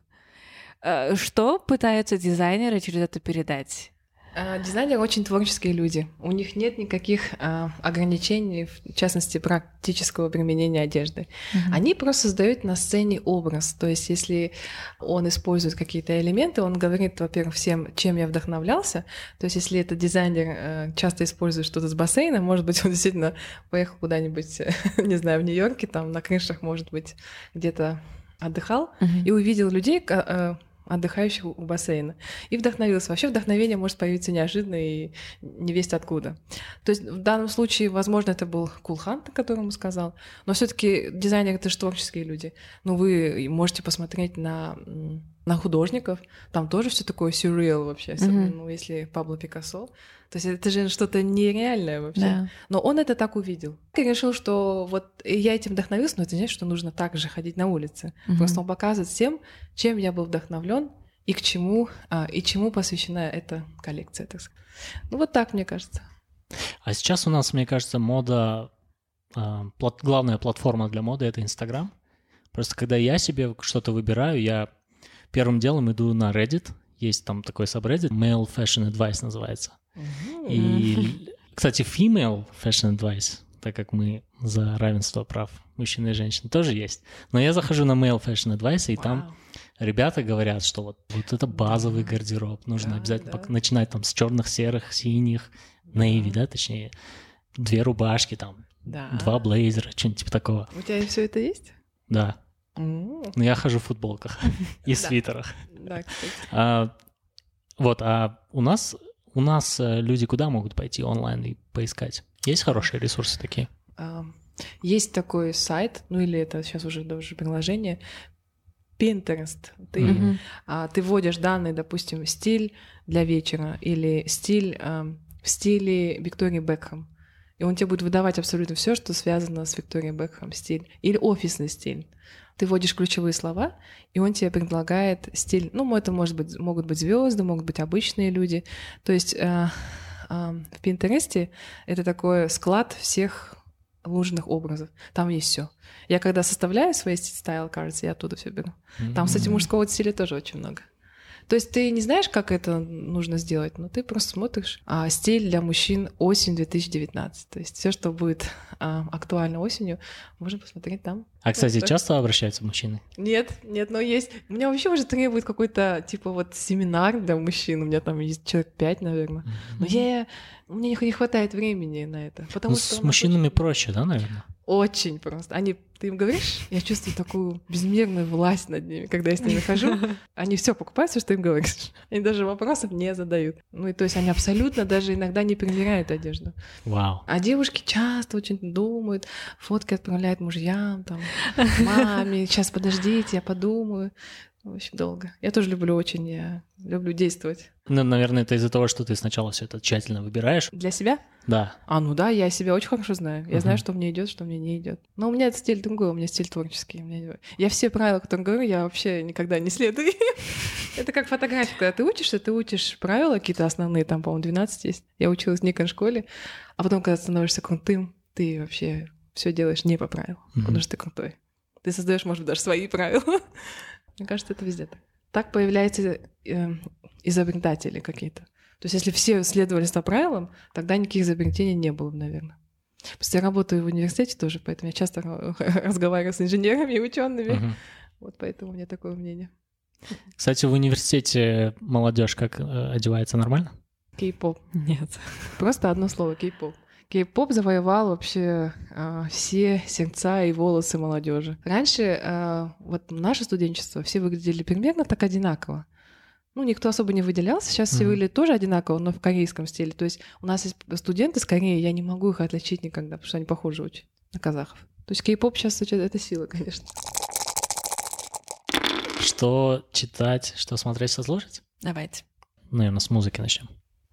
Что пытаются дизайнеры через это передать? Дизайнеры очень творческие люди. У них нет никаких ограничений, в частности, практического применения одежды. Они просто создают на сцене образ. То есть, если он использует какие-то элементы, он говорит, во-первых, всем, чем я вдохновлялся. То есть, если этот дизайнер часто использует что-то с бассейна, может быть, он действительно поехал куда-нибудь, не знаю, в Нью-Йорке, там на крышах, может быть, где-то отдыхал и увидел людей, отдыхающих у бассейна, и вдохновился. Вообще вдохновение может появиться неожиданно и невесть откуда. То есть в данном случае, возможно, это был Кулхан, о котором он сказал, но все-таки дизайнеры — это же творческие люди. Вы можете посмотреть на художников, там тоже все такое сюрреал вообще, если Пабло Пикассо. То есть это же что-то нереальное вообще. Да. Но он это так увидел. И решил, что вот я этим вдохновился, но это не значит, что нужно так же ходить на улице. Просто он показывает всем, чем я был вдохновлен и к чему, и чему посвящена эта коллекция, так сказать. Вот так, мне кажется. А сейчас у нас, мне кажется, мода, главная платформа для моды — это Инстаграм. Просто когда я себе что-то выбираю, я первым делом иду на Reddit. Есть там такой subreddit, Male Fashion Advice называется. И, кстати, Female Fashion Advice, так как мы за равенство прав мужчин и женщин, тоже есть. Но я захожу на Male Fashion Advice, и там ребята говорят, что вот это базовый гардероб, нужно обязательно начинать там с черных, серых, синих, navy, да, точнее, 2 рубашки там, 2 блейзера, что-нибудь типа такого. У тебя все это есть? Да. Но я хожу в футболках и свитерах. Да, кстати. Вот, а у нас люди куда могут пойти онлайн и поискать? Есть хорошие ресурсы такие? Есть такой сайт, ну или это сейчас уже даже приложение, Pinterest. Ты вводишь данные, допустим, стиль для вечера или стиль в стиле Виктории Бекхэм. И он тебе будет выдавать абсолютно все, что связано с Викторией Бекхэм стиль. Или офисный стиль. Ты вводишь ключевые слова, и он тебе предлагает стиль. Ну, это могут быть звезды, могут быть обычные люди. То есть в Пинтересте это такой склад всех лужных образов. Там есть все. Я когда составляю свои style cards, я оттуда все беру. Там, кстати, мужского стиля тоже очень много. То есть ты не знаешь, как это нужно сделать, но ты просто смотришь. Стиль для мужчин осень 2019. То есть все, что будет актуально осенью, можно посмотреть там. А, кстати, часто обращаются мужчины? Нет, но есть. У меня вообще уже требует какой-то, типа, вот семинар для мужчин. У меня там есть человек 5, наверное. Но мне не хватает времени на это. Потому что с мужчинами проще, да, наверное? Очень просто. Ты им говоришь, я чувствую такую безмерную власть над ними, когда я с ними хожу. Они все покупают, все, что им говоришь. Они даже вопросов не задают. Ну и то есть они абсолютно даже иногда не примеряют одежду. Вау. А девушки часто очень думают, фотки отправляют мужьям, там, маме, сейчас подождите, я подумаю. В общем, долго. Я тоже люблю действовать. Ну, наверное, это из-за того, что ты сначала все это тщательно выбираешь. Для себя? Да. Ну да, я себя очень хорошо знаю. Я знаю, что мне идет, что мне не идет. Но у меня это стиль другой, у меня стиль творческий. Я все правила, которые говорю, я вообще никогда не следую. Это как фотография. Когда ты учишь правила какие-то основные, там, по-моему, 12 есть. Я училась в Никон-школе, а потом, когда становишься крутым, ты вообще все делаешь не по правилам, потому что ты крутой. Ты создаешь, может быть, даже свои правила. Мне кажется, это везде так. Так появляются изобретатели какие-то. То есть если все следовали по правилам, тогда никаких изобретений не было бы, наверное. Просто я работаю в университете тоже, поэтому я часто разговариваю с инженерами и учеными. Вот поэтому у меня такое мнение. Кстати, в университете молодежь как одевается нормально? Кей-поп. Нет. Просто одно слово — кей-поп. Кей-поп завоевал вообще все сердца и волосы молодежи. Раньше, вот наше студенчество, все выглядели примерно так одинаково. Ну, никто особо не выделялся. Сейчас все выглядят тоже одинаково, но в корейском стиле. То есть у нас есть студенты с Кореи, я не могу их отличить никогда, потому что они похожи очень на казахов. То есть кей-поп сейчас это сила, конечно. Что читать, что смотреть, что слушать? Давайте. Наверное, с музыки начнем.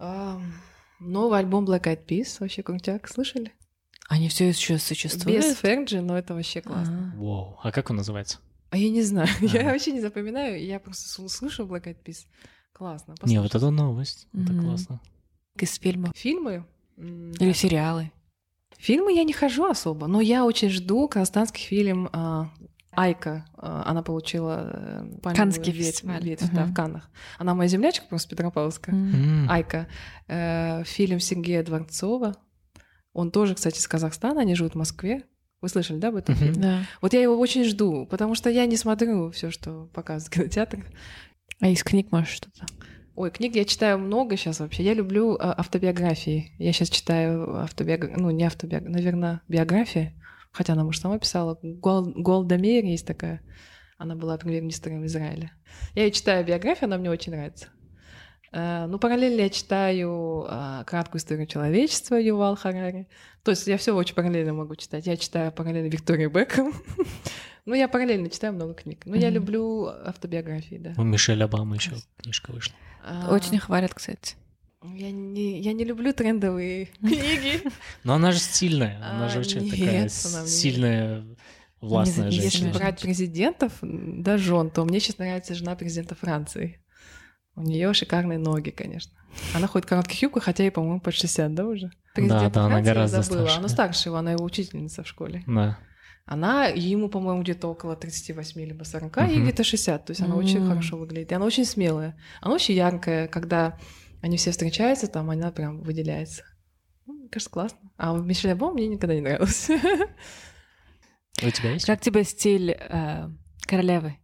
Новый альбом Black Eyed Peas, вообще крутяк, слышали? Они все еще существуют? Без Ферджи, но это вообще классно. Вау, а как он называется? Я не знаю, я вообще не запоминаю, я просто слушаю Black Eyed Peas. Классно. Не, вот это новость, это классно. Из фильмов? Фильмы? Или сериалы? Фильмы я не хожу особо, но я очень жду казахстанский фильм Айка. Она получила Каннский фестиваль. Да, в Каннах. Она моя землячка, просто Петропавловская. Айка. Фильм Сергея Дворцова. Он тоже, кстати, из Казахстана, они живут в Москве. Вы слышали, да, об этом фильме? Да. Вот я его очень жду, потому что я не смотрю все, что показывают в кинотеатрах. А из книг, может, что-то? Ой, книг я читаю много сейчас вообще. Я люблю автобиографии. Я сейчас читаю наверное, биография. Хотя она, может, сама писала. Голда Меир есть такая. Она была премьер-министром Израиля. Я ее читаю биографию, она мне очень нравится. Ну, параллельно я читаю краткую историю человечества Ювал Харари. То есть я все очень параллельно могу читать. Я читаю параллельно Викторию Бекхэм. Ну, я параллельно читаю много книг. Но я люблю автобиографии, да. У Мишель Обамы еще книжка вышла. Очень хвалят, кстати. Я не люблю трендовые книги. Но она же стильная. Она же очень такая сильная, властная женщина. Если брать президентов, да, жен, то мне сейчас нравится жена президента Франции. У нее шикарные ноги, конечно. Она ходит в коротких юбках, хотя ей, по-моему, под 60, да, уже? Да, она гораздо старше. Она старше его, она его учительница в школе. Да. Ему, по-моему, где-то около 38 либо 40, ей где-то 60. То есть она очень хорошо выглядит. И она очень смелая. Она очень яркая. Когда они все встречаются, там она прям выделяется. Мне кажется, классно. А Мишель Обама мне никогда не нравилась. У тебя есть? Как тебе стиль королевы?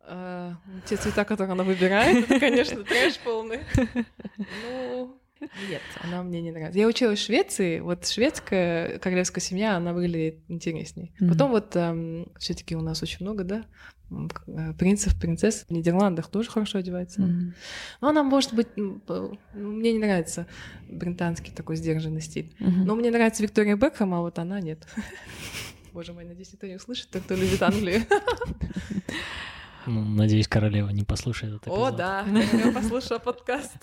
Те цвета, которые она выбирает, это, конечно, трэш полный. Ну, нет, она мне не нравится. Я училась в Швеции, вот шведская королевская семья, она выглядит интересней. Потом вот все-таки у нас очень много, да, принцев, принцесс в Нидерландах тоже хорошо одевается. Но она, может быть, мне не нравится британский такой сдержанный стиль. Но мне нравится Виктория Бекхэм, а вот она нет. Боже мой, надеюсь, никто не услышит, тот, кто любит Англию. Ну, надеюсь, королева не послушает этот эпизод. О, да, королева послушала подкаст.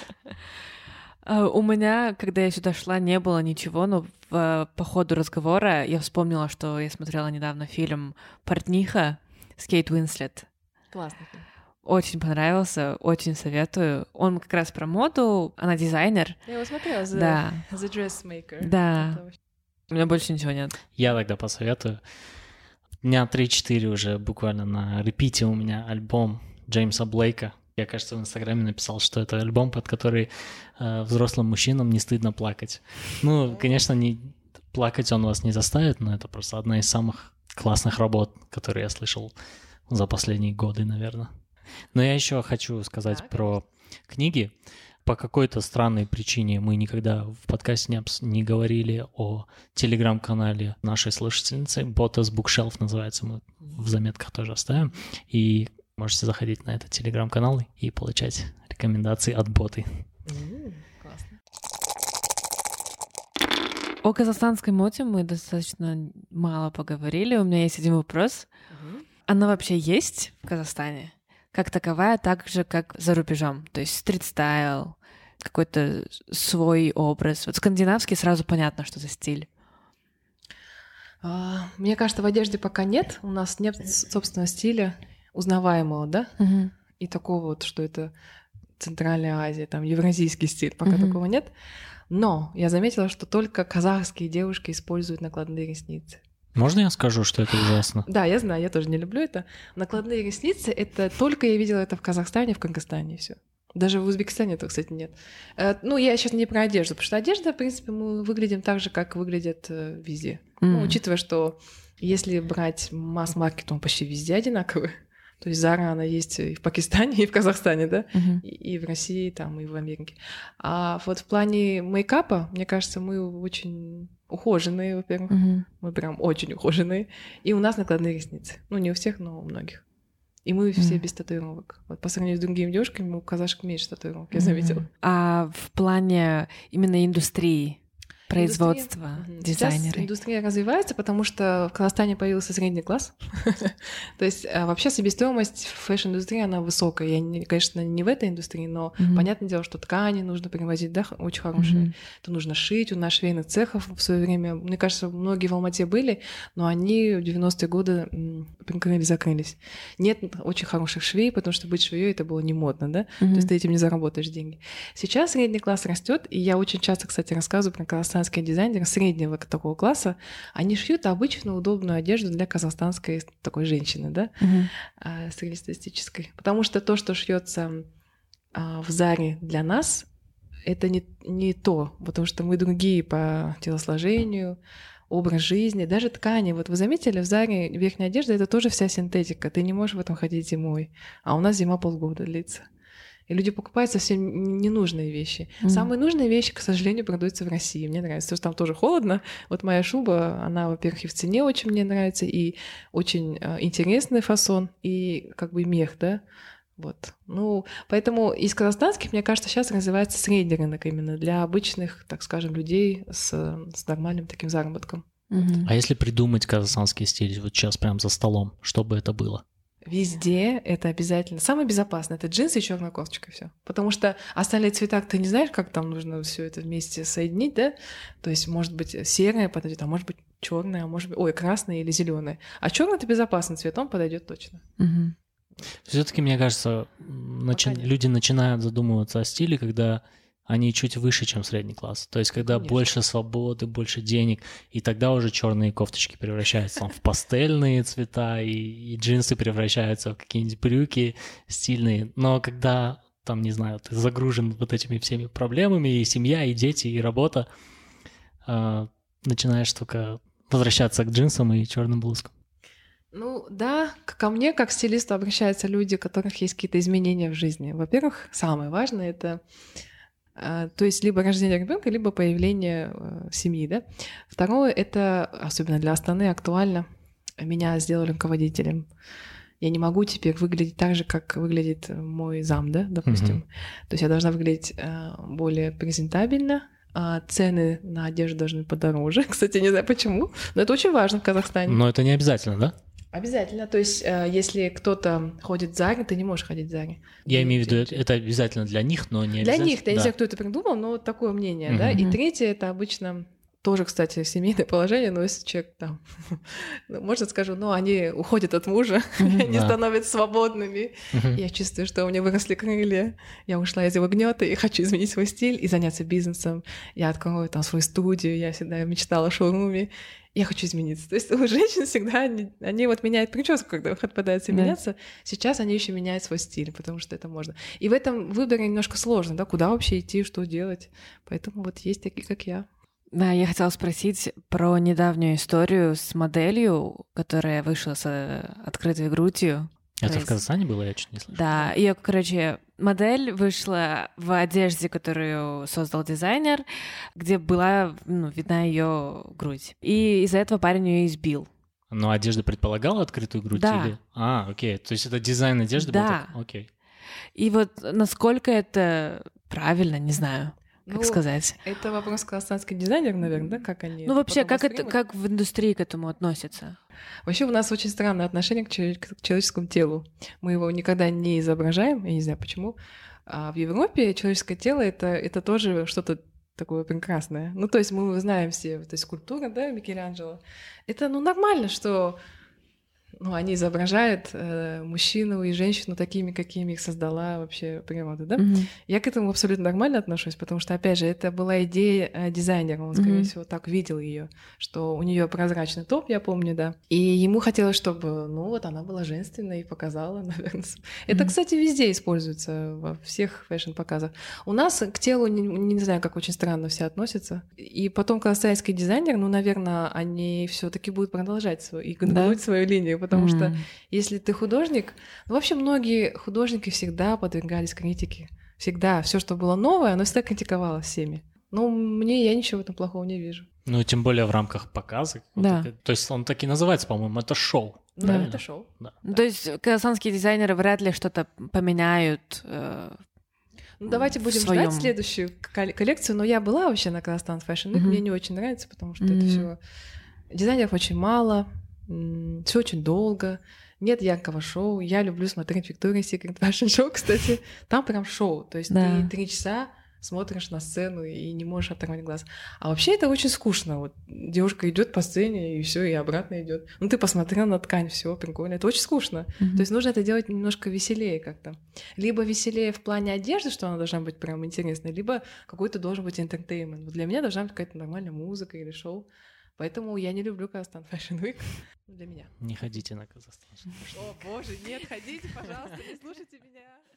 У меня, когда я сюда шла, не было ничего, но по ходу разговора я вспомнила, что я смотрела недавно фильм «Портниха» с Кейт Уинслет. Классный фильм. Очень понравился, очень советую. Он как раз про моду, она дизайнер. Я его смотрела, The Dressmaker. Да. У меня больше ничего нет. Я тогда посоветую. Дня 3-4 уже буквально на репите у меня альбом Джеймса Блейка. Я, кажется, в Инстаграме написал, что это альбом, под который взрослым мужчинам не стыдно плакать. Ну, конечно, плакать он вас не заставит, но это просто одна из самых классных работ, которые я слышал за последние годы, наверное. Но я еще хочу сказать про книги. По какой-то странной причине мы никогда в подкасте не говорили о телеграм-канале нашей слушательницы. Botas Bookshelf называется, мы в заметках тоже оставим. И можете заходить на этот телеграм-канал и получать рекомендации от боты. Классно. О казахстанской моде мы достаточно мало поговорили. У меня есть один вопрос. Она вообще есть в Казахстане? Как таковая, так же, как за рубежом? То есть стрит-стайл, какой-то свой образ. Вот скандинавский сразу понятно, что за стиль. Мне кажется, в одежде пока нет. У нас нет собственного стиля, узнаваемого, да? И такого вот, что это Центральная Азия, там, евразийский стиль. Пока такого нет. Но я заметила, что только казахские девушки используют накладные ресницы. Можно я скажу, что это ужасно? Да, я знаю, я тоже не люблю это. Накладные ресницы — это только я видела это в Казахстане, в Кыргызстане, и все. Даже в Узбекистане этого, кстати, нет. Ну, я сейчас не про одежду, потому что одежда, в принципе, мы выглядим так же, как выглядят везде. Ну, учитывая, что если брать масс-маркет, он почти везде одинаковый. То есть Zara, она есть и в Пакистане, и в Казахстане, да, и в России, там, и в Америке. А вот в плане мейкапа, мне кажется, мы очень ухоженные, во-первых. Мы прям очень ухоженные. И у нас накладные ресницы. Ну, не у всех, но у многих. И мы все без татуировок. Вот по сравнению с другими девушками, у казашек меньше татуировок, я заметила. А в плане именно индустрии? Производство, дизайнеры. Сейчас индустрия развивается, потому что в Казахстане появился средний класс. То есть вообще себестоимость в фэшн-индустрии, она высокая. Я, конечно, не в этой индустрии, но понятное дело, что ткани нужно привозить, да, очень хорошие. Это нужно шить. У нас швейных цехов в свое время, мне кажется, многие в Алмате были, но они в 90-е годы закрылись. Нет очень хороших швей, потому что быть швеей это было не модно, да? То есть ты этим не заработаешь деньги. Сейчас средний класс растет, и я очень часто, кстати, рассказываю про казахстанские дизайнеры среднего такого класса, они шьют обычную удобную одежду для казахстанской такой женщины, да, среднестатистической. Потому что то, что шьется в Заре для нас, это не то, потому что мы другие по телосложению, образ жизни, даже ткани. Вот вы заметили, в Заре верхняя одежда — это тоже вся синтетика, ты не можешь в этом ходить зимой, а у нас зима полгода длится. И люди покупают совсем ненужные вещи. Самые нужные вещи, к сожалению, продаются в России. Мне нравится, потому что там тоже холодно. Вот моя шуба, она, во-первых, и в цене очень мне нравится, и очень интересный фасон, и как бы мех, да. Вот. Ну, поэтому из казахстанских, мне кажется, сейчас развивается средний рынок именно для обычных, так скажем, людей с нормальным таким заработком. А если придумать казахстанский стиль вот сейчас прям за столом, что бы это было? Везде это обязательно. Самое безопасное — это джинсы и черная кофточка, все. Потому что остальные цвета ты не знаешь, как там нужно все это вместе соединить, да? То есть, может быть, серое подойдет, а может быть, черное, а может быть, красное или зеленое. А черный — это безопасный цвет, он подойдет точно. Все-таки, мне кажется, люди начинают задумываться о стиле, когда они чуть выше, чем средний класс. То есть, когда больше свободы, больше денег, и тогда уже черные кофточки превращаются в пастельные цвета, и джинсы превращаются в какие-нибудь брюки стильные. Но когда, там, не знаю, ты загружен вот этими всеми проблемами, и семья, и дети, и работа, начинаешь только возвращаться к джинсам и черным блузкам. Ну да, к ко мне, как стилисту, обращаются люди, у которых есть какие-то изменения в жизни. Во-первых, самое важное — это то есть либо рождение ребенка, либо появление семьи, да. Второе — это, особенно для Астаны, актуально. Меня сделали руководителем. Я не могу теперь выглядеть так же, как выглядит мой зам, да, допустим. То есть я должна выглядеть более презентабельно, цены на одежду должны подороже. Кстати, не знаю почему, но это очень важно в Казахстане. Но это не обязательно, да? Обязательно. То есть если кто-то ходит в Заре, ты не можешь ходить в Заре. Я имею в виду, это обязательно для них, но не для обязательно. них. Я не знаю, кто это придумал, но вот такое мнение, да. И третье — это обычно тоже, кстати, семейное положение, но если человек там, можно скажу, они уходят от мужа, они становятся свободными. Я чувствую, что у меня выросли крылья, я ушла из его гнета и хочу изменить свой стиль и заняться бизнесом. Я открою там свою студию, я всегда мечтала о шоуруме. Я хочу измениться. То есть у женщин всегда они вот меняют прическу, когда пытаются меняться. Сейчас они еще меняют свой стиль, потому что это можно. И в этом выборе немножко сложно, да, куда вообще идти, что делать. Поэтому вот есть такие, как я. Да, я хотела спросить про недавнюю историю с моделью, которая вышла с открытой грудью. Это в Казахстане было? Я чуть не слышал. Да, ее, модель вышла в одежде, которую создал дизайнер, где была видна ее грудь. И из-за этого парень ее избил. Но одежда предполагала открытую грудь? Да. Или... окей. То есть это дизайн одежды был так? Окей. И вот насколько это правильно, не знаю. Как сказать? Это вопрос казахстанских дизайнеров, наверное, да? Как они вообще, как в индустрии к этому относятся? Вообще у нас очень странное отношение к человеческому телу. Мы его никогда не изображаем, я не знаю почему. А в Европе человеческое тело — это тоже что-то такое прекрасное. То есть мы знаем все, то есть скульптура, да, Микеланджело. Это, нормально, что они изображают мужчину и женщину такими, какими их создала вообще природа, да? Я к этому абсолютно нормально отношусь, потому что, опять же, это была идея дизайнера, он, скорее всего, так видел ее, что у нее прозрачный топ, я помню, да, и ему хотелось, чтобы, она была женственной и показала, наверное. Это, кстати, везде используется, во всех фэшн-показах. У нас к телу, не знаю, как очень странно все относятся, и потом казахстанский дизайнер, наверное, они все-таки будут продолжать и гнуть свою линию, потому что если ты художник, вообще многие художники всегда подвергались критике. Всегда. Все, что было новое, оно всегда критиковалось всеми. Я ничего в этом плохого не вижу. Тем более в рамках показа. Да. То есть он так и называется, по-моему, это шоу. Да, это шоу. Да. То есть казахстанские дизайнеры вряд ли что-то поменяют. Давайте будем ждать следующую коллекцию. Но я была вообще на Казахстан Fashion Week, мне не очень нравится, потому что это все дизайнеров очень мало. Все очень долго, нет яркого шоу. Я люблю смотреть Victoria's Secret Fashion Show, кстати. Там прям шоу. То есть ты 3 часа смотришь на сцену и не можешь оторвать глаз. А вообще это очень скучно. Вот девушка идет по сцене и все, и обратно идет. Ты посмотрел на ткань, все прикольно. Это очень скучно. То есть нужно это делать немножко веселее как-то. Либо веселее в плане одежды, что она должна быть прям интересной, либо какой-то должен быть entertainment. Для меня должна быть какая-то нормальная музыка или шоу. Поэтому я не люблю Казахстан Fashion Week. Для меня. Не ходите на Казахстан. О, боже, нет, ходите, пожалуйста, не слушайте меня.